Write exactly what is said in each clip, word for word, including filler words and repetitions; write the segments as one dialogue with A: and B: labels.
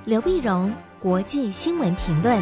A: 刘必荣国际新闻评论。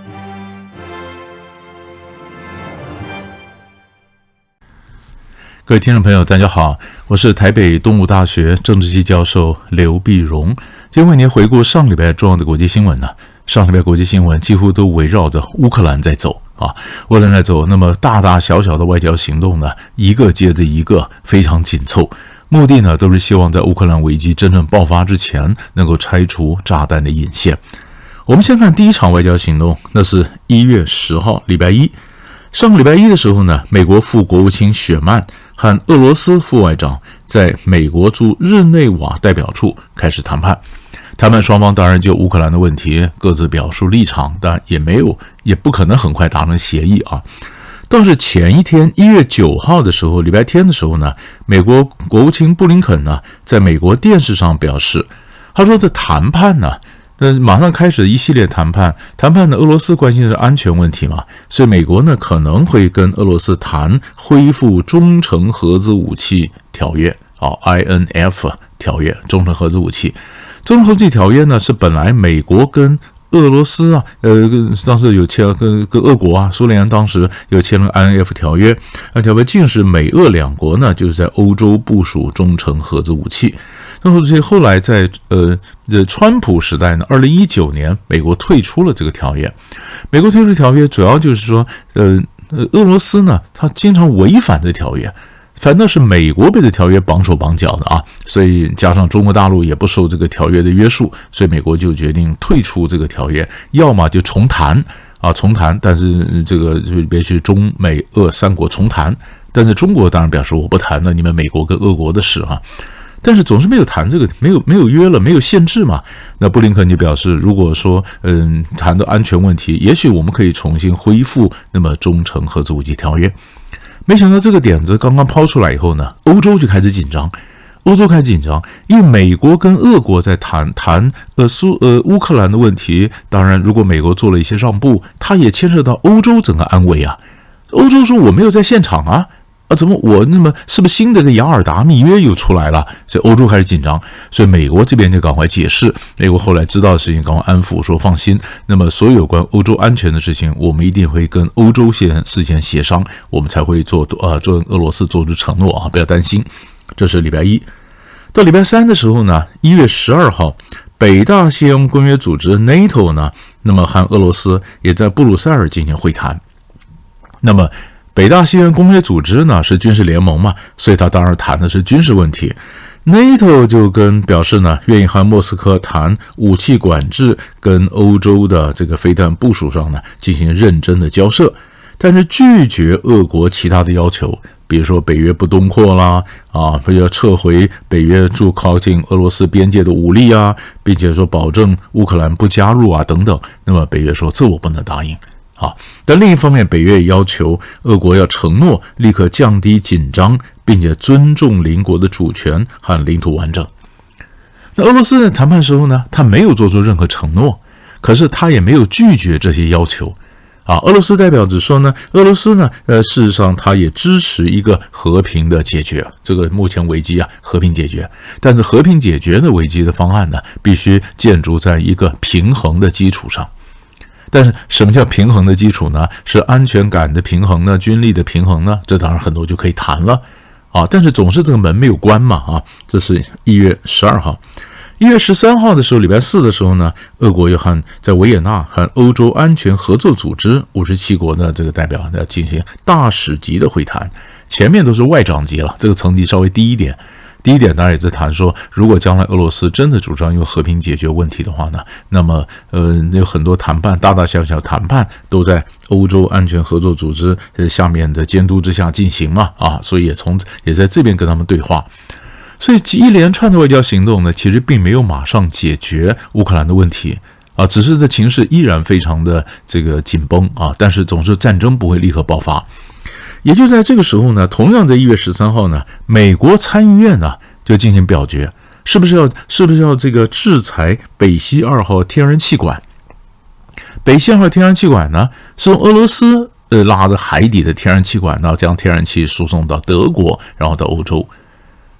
B: 各位听众朋友大家好，我是台北东吴大学政治系教授刘必荣，今天为您回顾上礼拜重要的国际新闻呢。上礼拜国际新闻几乎都围绕着乌克兰在走啊，乌克兰在走，那么大大小小的外交行动呢，一个接着一个，非常紧凑，目的呢都是希望在乌克兰危机真正爆发之前，能够拆除炸弹的引线。我们先看第一场外交行动，那是一月十号礼拜一。上个礼拜一的时候呢，美国副国务卿雪曼和俄罗斯副外长在美国驻日内瓦代表处开始谈判。谈判双方当然就乌克兰的问题各自表述立场，但也没有，也不可能很快达成协议啊。倒是前一天一月九号的时候，礼拜天的时候呢，美国国务卿布林肯呢在美国电视上表示，他说这谈判呢，那马上开始一系列谈判，谈判的俄罗斯关心的是安全问题嘛，所以美国呢可能会跟俄罗斯谈恢复中程核子武器条约啊 ，I N F 条约，中程核子武器。中程核子条约呢是本来美国跟俄罗斯啊，呃，当时有签跟跟俄国啊，苏联当时有签了 I N F 条约，那条约竟是美俄两国呢就是在欧洲部署中程核子武器。那么这后来在呃川普时代呢，二零一九年美国退出了这个条约。美国退出条约主要就是说，呃俄罗斯呢，它经常违反这条约。反正是美国被这条约绑手绑脚的啊，所以加上中国大陆也不受这个条约的约束，所以美国就决定退出这个条约，要么就重谈啊，重谈，但是这个别是中美俄三国重谈，但是中国当然表示我不谈了，你们美国跟俄国的事啊，但是总是没有谈这个，没有没有约了，没有限制嘛。那布林肯就表示，如果说嗯谈到安全问题，也许我们可以重新恢复那么中程核子武器条约。没想到这个点子刚刚抛出来以后呢，欧洲就开始紧张，欧洲开始紧张，因为美国跟俄国在谈谈呃苏呃乌克兰的问题，当然如果美国做了一些让步，它也牵涉到欧洲整个安危啊。欧洲说我没有在现场啊，啊怎么我那么是不是新的个雅尔达密约又出来了？所以欧洲开始紧张，所以美国这边就赶快解释，美国后来知道的事情赶快安抚说放心，那么所有关欧洲安全的事情，我们一定会跟欧洲先事先协商，我们才会做呃做俄罗斯做出承诺啊，不要担心。这是礼拜一。到礼拜三的时候呢，一月十二号，北大西洋公约组织 NATO 呢，那么和俄罗斯也在布鲁塞尔进行会谈。那么北大西洋公约组织呢是军事联盟嘛，所以他当然谈的是军事问题。NATO 就跟表示呢，愿意和莫斯科谈武器管制跟欧洲的这个飞弹部署上呢进行认真的交涉，但是拒绝俄国其他的要求，比如说北约不东扩啦，啊，要撤回北约驻靠近俄罗斯边界的武力啊，并且说保证乌克兰不加入啊等等。那么北约说这我不能答应。好，但另一方面，北约也要求俄国要承诺立刻降低紧张，并且尊重邻国的主权和领土完整。那俄罗斯在谈判时候呢，他没有做出任何承诺，可是他也没有拒绝这些要求。啊，俄罗斯代表只说呢，俄罗斯呢，呃，事实上他也支持一个和平的解决，这个目前危机啊，和平解决。但是和平解决的危机的方案呢，必须建筑在一个平衡的基础上。但是什么叫平衡的基础呢？是安全感的平衡呢？军力的平衡呢？这当然很多就可以谈了啊。但是总是这个门没有关嘛啊。这是一月十二号，一月十三号的时候，礼拜四的时候呢，俄国又和在维也纳和欧洲安全合作组织五十七国的这个代表要进行大使级的会谈，前面都是外长级了，这个层级稍微低一点。第一点当然也在谈说，如果将来俄罗斯真的主张用和平解决问题的话呢，那么呃有很多谈判，大大小小谈判都在欧洲安全合作组织下面的监督之下进行嘛啊，所以也从也在这边跟他们对话。所以一连串的外交行动呢，其实并没有马上解决乌克兰的问题啊，只是这情势依然非常的这个紧绷啊，但是总是战争不会立刻爆发。也就在这个时候呢，同样在一月十三号呢，美国参议院呢就进行表决，是不是要是不是要这个制裁北溪二号天然气管？北溪二号天然气管呢是从俄罗斯呃拉着海底的天然气管，然后将天然气输送到德国，然后到欧洲。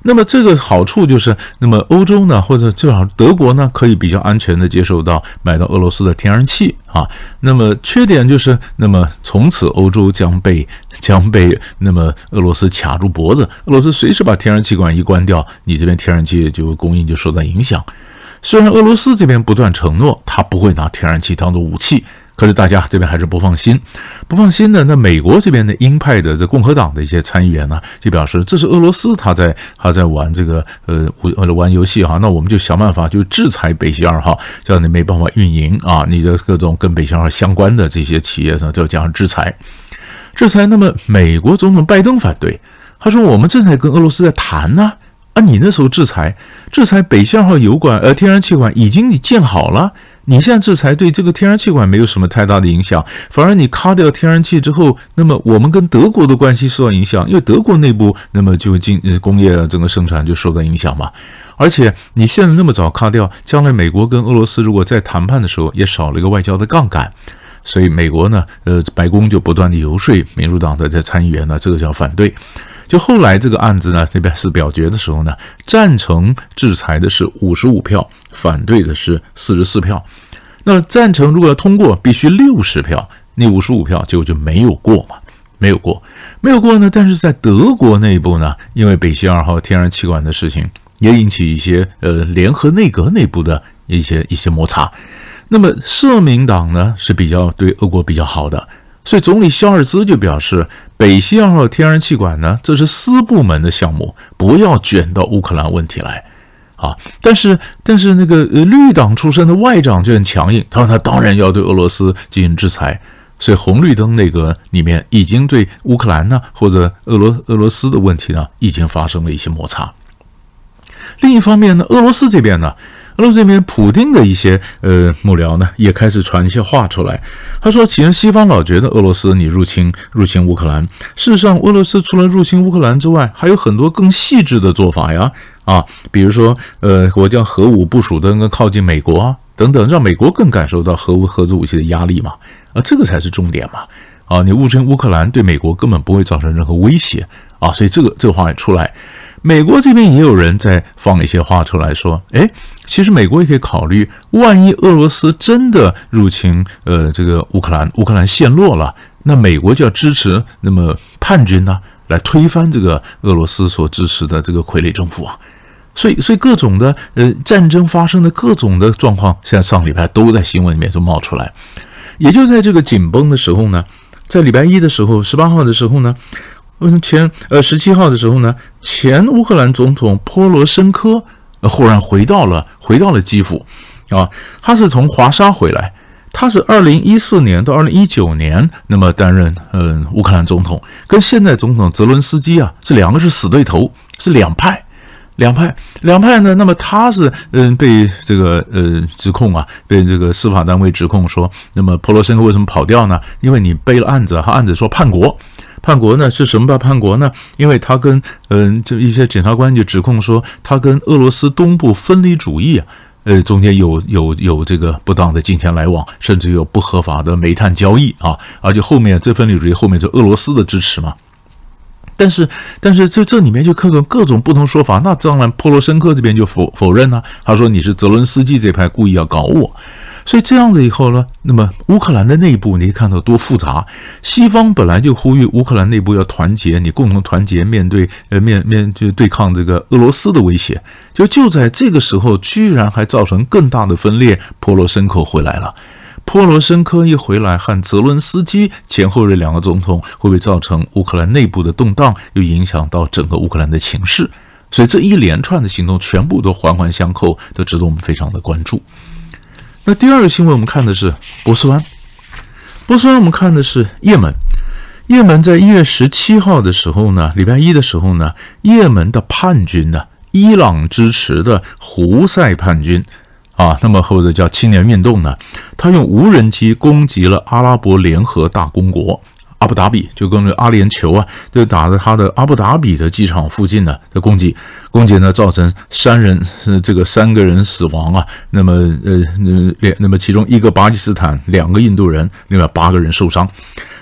B: 那么这个好处就是，那么欧洲呢，或者最好德国呢，可以比较安全的接受到买到俄罗斯的天然气啊。那么缺点就是，那么从此欧洲将被将被那么俄罗斯卡住脖子，俄罗斯随时把天然气管一关掉，你这边天然气就供应就受到影响。虽然俄罗斯这边不断承诺，他不会拿天然气当作武器。可是大家这边还是不放心，不放心的。那美国这边的鹰派的这共和党的一些参议员呢，就表示这是俄罗斯他在他在玩这个呃玩游戏哈，那我们就想办法就制裁北溪二号，这样你没办法运营啊，你的各种跟北溪二号相关的这些企业呢，就加上制裁，制裁。那么美国总统拜登反对，他说我们正在跟俄罗斯在谈呢、啊，啊，你那时候制裁制裁北溪二号油管呃天然气管已经你建好了。你现在制裁对这个天然气管没有什么太大的影响，反而你卡掉天然气之后，那么我们跟德国的关系受到影响，因为德国内部那么就进工业整个生产就受到影响嘛。而且你现在那么早卡掉，将来美国跟俄罗斯如果在谈判的时候也少了一个外交的杠杆，所以美国呢，呃，白宫就不断的游说民主党的这参议员呢，这个叫反对。就后来这个案子呢，这边是表决的时候呢，赞成制裁的是五十五票，反对的是四十四票。那赞成如果要通过，必须六十票，那五十五票结果就没有过嘛，没有过，没有过呢。但是在德国内部呢，因为北溪二号天然气管的事情，也引起一些呃联合内阁内部的一些一些摩擦。那么社民党呢是比较对俄国比较好的。所以总理肖尔兹就表示，北溪二号天然气管呢，这是私部门的项目，不要卷到乌克兰问题来啊。但是，但是那个绿党出身的外长就很强硬，他说他当然要对俄罗斯进行制裁。所以红绿灯内阁里面已经对乌克兰呢或者俄罗俄罗斯的问题呢，已经发生了一些摩擦。另一方面呢，俄罗斯这边呢。俄罗斯这边，普丁的一些呃幕僚呢，也开始传一些话出来。他说，其实西方老觉得俄罗斯你入侵入侵乌克兰，事实上，俄罗斯除了入侵乌克兰之外，还有很多更细致的做法呀。啊，比如说，呃，我将核武部署的更靠近美国啊，等等，让美国更感受到核武核子武器的压力嘛。啊，这个才是重点嘛。啊，你入侵乌克兰对美国根本不会造成任何威胁啊，所以这个这个话也出来。美国这边也有人在放一些话出来说，诶，其实美国也可以考虑，万一俄罗斯真的入侵呃这个乌克兰，乌克兰陷落了，那美国就要支持那么叛军呢、啊，来推翻这个俄罗斯所支持的这个傀儡政府啊。所以，所以各种的呃战争发生的各种的状况，现在上礼拜都在新闻里面就冒出来。也就在这个紧绷的时候呢，在礼拜一的时候，十八号的时候呢。前呃十七号的时候呢，前乌克兰总统波罗申科、呃、忽然回到了回到了基辅啊，他是从华沙回来，他是二零一四年到二零一九年那么担任嗯、呃、乌克兰总统，跟现在总统泽伦斯基啊这两个是死对头，是两派。两派两派呢，那么他是嗯被这个呃指控啊，被这个司法单位指控说，那么波罗申科为什么跑掉呢？因为你背了案子，他案子说叛国。叛国呢是什么叛国呢？因为他跟嗯、呃、这一些检察官就指控说，他跟俄罗斯东部分离主义啊，呃中间有有有这个不当的金钱来往，甚至有不合法的煤炭交易啊，而且后面这分离主义后面就俄罗斯的支持嘛。但是，但是这这里面就各种各种不同说法，那当然波罗申科这边就否否认啊，他说你是泽伦斯基这派故意要搞我。所以这样子以后呢，那么乌克兰的内部你可以看到多复杂。西方本来就呼吁乌克兰内部要团结，你共同团结面对呃面面就对抗这个俄罗斯的威胁，就就在这个时候，居然还造成更大的分裂。波罗申科回来了，波罗申科一回来，和泽伦斯基前后任两个总统会不会造成乌克兰内部的动荡，又影响到整个乌克兰的情势？所以这一连串的行动全部都环环相扣，都值得我们非常的关注。那第二个新闻我们看的是波斯湾，波斯湾我们看的是也门，也门在一月十七号的时候呢，礼拜一的时候呢，也门的叛军呢，伊朗支持的胡塞叛军啊，那么或者叫青年运动呢，他用无人机攻击了阿拉伯联合大公国阿布达比，就跟阿联酋啊，就打在他的阿布达比的机场附近呢的攻击，攻击呢造成三人这个三个人死亡啊，那么呃那么其中一个巴基斯坦，两个印度人，另外八个人受伤。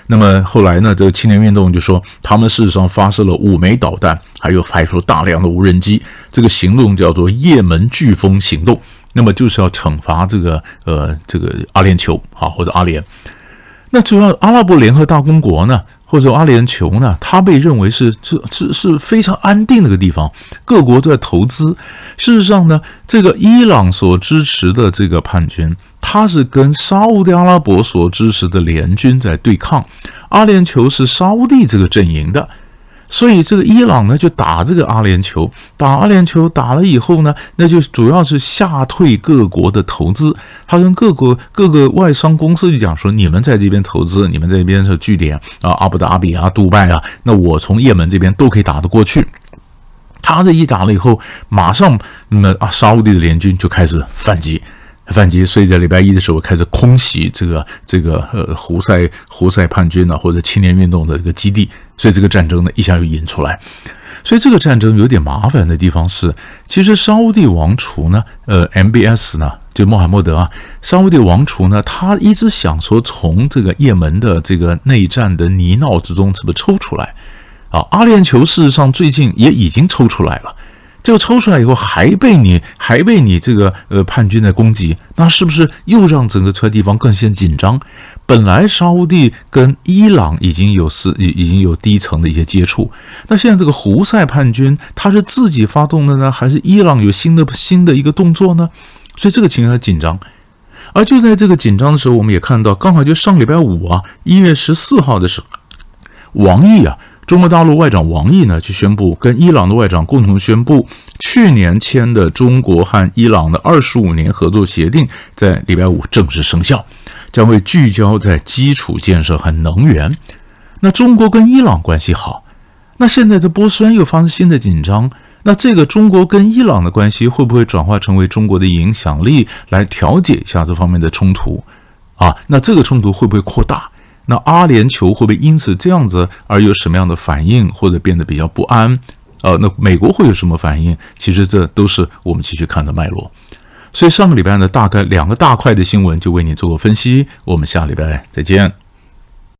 B: 那么后来呢，这个青年运动就说，他们事实上发射了五枚导弹，还有派出大量的无人机，这个行动叫做也门飓风行动。那么就是要惩罚这个呃这个阿联酋啊，或者阿联。那主要阿拉伯联合大公国呢，或者阿联酋呢，它被认为是是是是非常安定的一个地方，各国都在投资。事实上呢，这个伊朗所支持的这个叛军，它是跟沙烏地阿拉伯所支持的联军在对抗，阿联酋是沙烏地这个阵营的。所以这个伊朗呢就打这个阿联酋，打阿联酋打了以后呢，那就主要是吓退各国的投资。他跟各国各个外商公司就讲说，你们在这边投资，你们在这边是据点啊，阿布达比啊、杜拜啊，那我从也门这边都可以打得过去。他这一打了以后，马上那么啊，沙烏地的联军就开始反击。反击，所以在礼拜一的时候开始空袭这个这个呃胡塞胡塞叛军啊，或者青年运动的这个基地，所以这个战争呢一下就引出来。所以这个战争有点麻烦的地方是，其实沙烏地王储呢，呃 M B S 呢，就穆罕默德啊，沙烏地王储呢，他一直想说从这个也门的这个内战的泥淖之中是不是抽出来啊？阿联酋事实上最近也已经抽出来了。这个抽出来以后还被你还被你这个呃叛军的攻击，那是不是又让整个这个地方更显紧张？本来沙烏地跟伊朗已经有是已经有低层的一些接触，那现在这个胡塞叛军他是自己发动的呢，还是伊朗有新的新的一个动作呢？所以这个情况紧张。而就在这个紧张的时候，我们也看到，刚好就上礼拜五啊，一月十四号的时候，王毅啊。中国大陆外长王毅呢，就宣布跟伊朗的外长共同宣布，去年签的中国和伊朗的二十五年合作协定，在礼拜五正式生效，将会聚焦在基础建设和能源。那中国跟伊朗关系好，那现在这波斯湾又发生新的紧张，那这个中国跟伊朗的关系会不会转化成为中国的影响力来调解一下这方面的冲突啊？那这个冲突会不会扩大？那阿联酋会不会因此这样子而有什么样的反应，或者变得比较不安？呃，那美国会有什么反应？其实这都是我们继续看的脉络。所以上个礼拜呢，大概两个大块的新闻就为你做过分析。我们下礼拜再见。